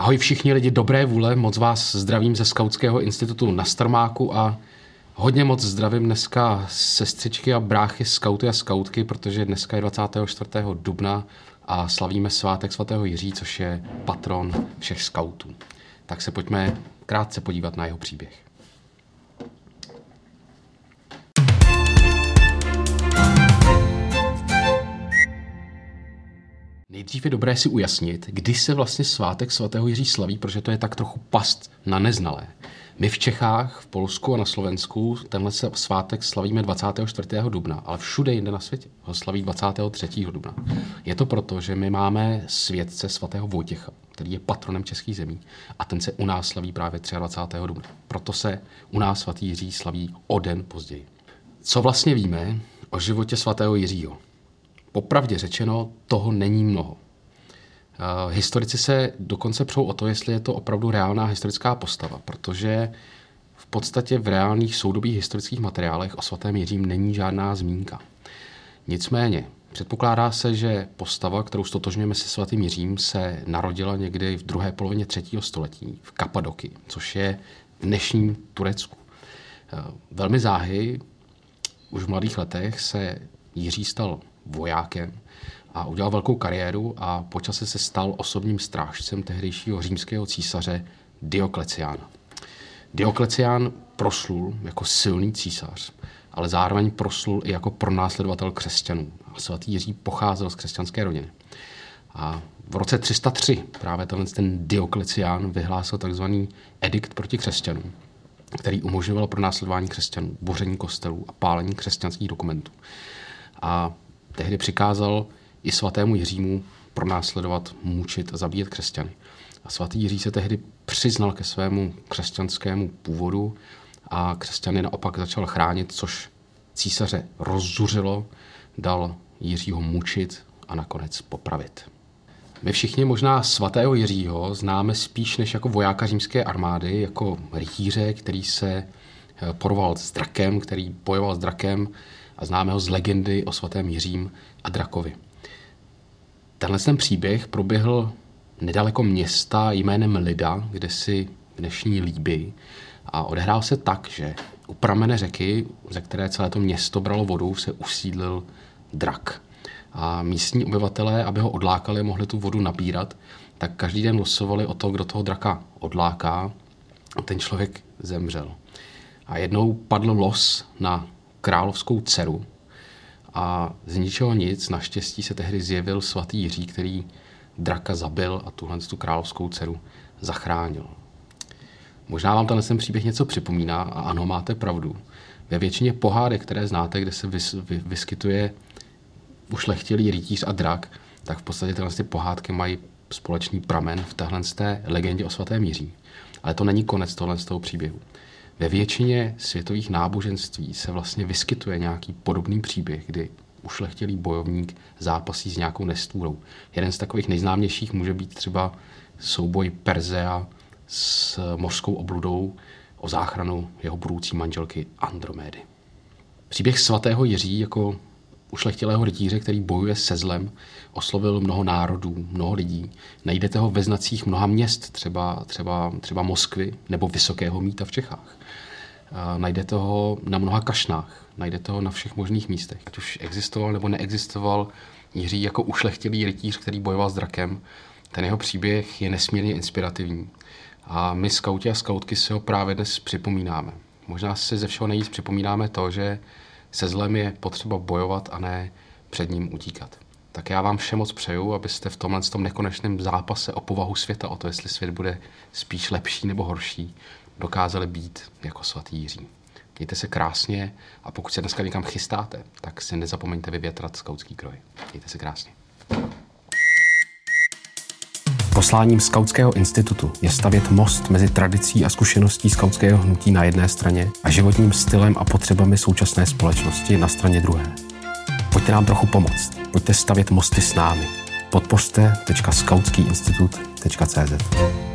Ahoj všichni lidi dobré vůle, moc vás zdravím ze Skautského institutu na Strmáku a hodně moc zdravím dneska sestřičky a bráchy, skauty a skautky, protože dneska je 24. dubna a slavíme svátek svatého Jiří, což je patron všech skautů. Tak se pojďme krátce podívat na jeho příběh. Nejdřív je dobré si ujasnit, kdy se vlastně svátek svatého Jiří slaví, protože to je tak trochu past na neznalé. My v Čechách, v Polsku a na Slovensku tenhle svátek slavíme 24. dubna, ale všude jinde na světě ho slaví 23. dubna. Je to proto, že my máme světce svatého Vojtěcha, který je patronem českých zemí a ten se u nás slaví právě 23. dubna. Proto se u nás svatý Jiří slaví o den později. Co vlastně víme o životě svatého Jiřího? Popravdě řečeno, toho není mnoho. Historici se dokonce přou o to, jestli je to opravdu reálná historická postava, protože v podstatě v reálných soudobých historických materiálech o svatém Jiřím není žádná zmínka. Nicméně, předpokládá se, že postava, kterou stotožňujeme se svatým Jiřím, se narodila někdy v druhé polovině 3. století v Kapadoky, což je v dnešním Turecku. Velmi záhy, už v mladých letech se Jiří stal vojákem a udělal velkou kariéru a po čase se stal osobním strážcem tehdejšího římského císaře Diokleciána. Dioklecián proslul jako silný císař, ale zároveň proslul i jako pronásledovatel křesťanů. A svatý Jiří pocházel z křesťanské rodiny. A v roce 303 právě ten Dioklecián vyhlásil takzvaný edikt proti křesťanům, který umožňoval pronásledování křesťanů, boření kostelů a pálení křesťanských dokumentů. A tehdy přikázal i svatému Jiřímu pronásledovat, mučit a zabíjet křesťany. A svatý Jiří se tehdy přiznal ke svému křesťanskému původu a křesťany naopak začal chránit, což císaře rozzuřilo, dal Jiřího mučit a nakonec popravit. My všichni možná svatého Jiřího známe spíš než jako vojáka římské armády, jako rytíře, který se poroval s drakem, který bojoval s drakem, a známe ho z legendy o svatém Jiřím a drakovi. Tenhle ten příběh proběhl nedaleko města jménem Lida, kdesi v dnešní Líbii, a odehrál se tak, že u pramene řeky, ze které celé to město bralo vodu, se usídlil drak. A místní obyvatelé, aby ho odlákali, mohli tu vodu nabírat, tak každý den losovali o to, kdo toho draka odláká, a ten člověk zemřel. A jednou padl los na královskou dceru a z ničeho nic naštěstí se tehdy zjevil svatý Jiří, který draka zabil a tu královskou dceru zachránil. Možná vám ten příběh něco připomíná a ano, máte pravdu. Ve většině pohádek, které znáte, kde se vyskytuje ušlechtilý rytíř a drak, tak v podstatě ty pohádky mají společný pramen v téhle legendě o svatém Jiří. Ale to není konec toho příběhu. Ve většině světových náboženství se vlastně vyskytuje nějaký podobný příběh, kdy ušlechtilý bojovník zápasí s nějakou nestvůrou. Jeden z takových nejznámějších může být třeba souboj Persea s mořskou obludou o záchranu jeho budoucí manželky Andromédy. Příběh svatého Jiří jako ušlechtilého rytíře, který bojuje se zlem, oslovil mnoho národů, mnoho lidí. Najdete ho ve znacích mnoha měst, třeba Moskvy nebo Vysokého Mýta v Čechách. Najdete ho na mnoha kašnách, najdete ho na všech možných místech. Ať už existoval nebo neexistoval Jiří jako ušlechtilý rytíř, který bojoval s drakem, ten jeho příběh je nesmírně inspirativní. A my skauti a skautky si ho právě dnes připomínáme. Možná si ze všeho nejvíc připomínáme to, že se zlem je potřeba bojovat a ne před ním utíkat. Tak já vám všem moc přeju, abyste v tomhle nekonečném zápase o povahu světa, o to, jestli svět bude spíš lepší nebo horší, dokázali být jako svatý Jiří. Mějte se krásně a pokud se dneska někam chystáte, tak si nezapomeňte vyvětrat skautský kroj. Mějte se krásně. Posláním Skautského institutu je stavět most mezi tradicí a zkušeností skautského hnutí na jedné straně a životním stylem a potřebami současné společnosti na straně druhé. Pojďte nám trochu pomoct. Pojďte stavět mosty s námi. Podpořte.skautskýinstitut.cz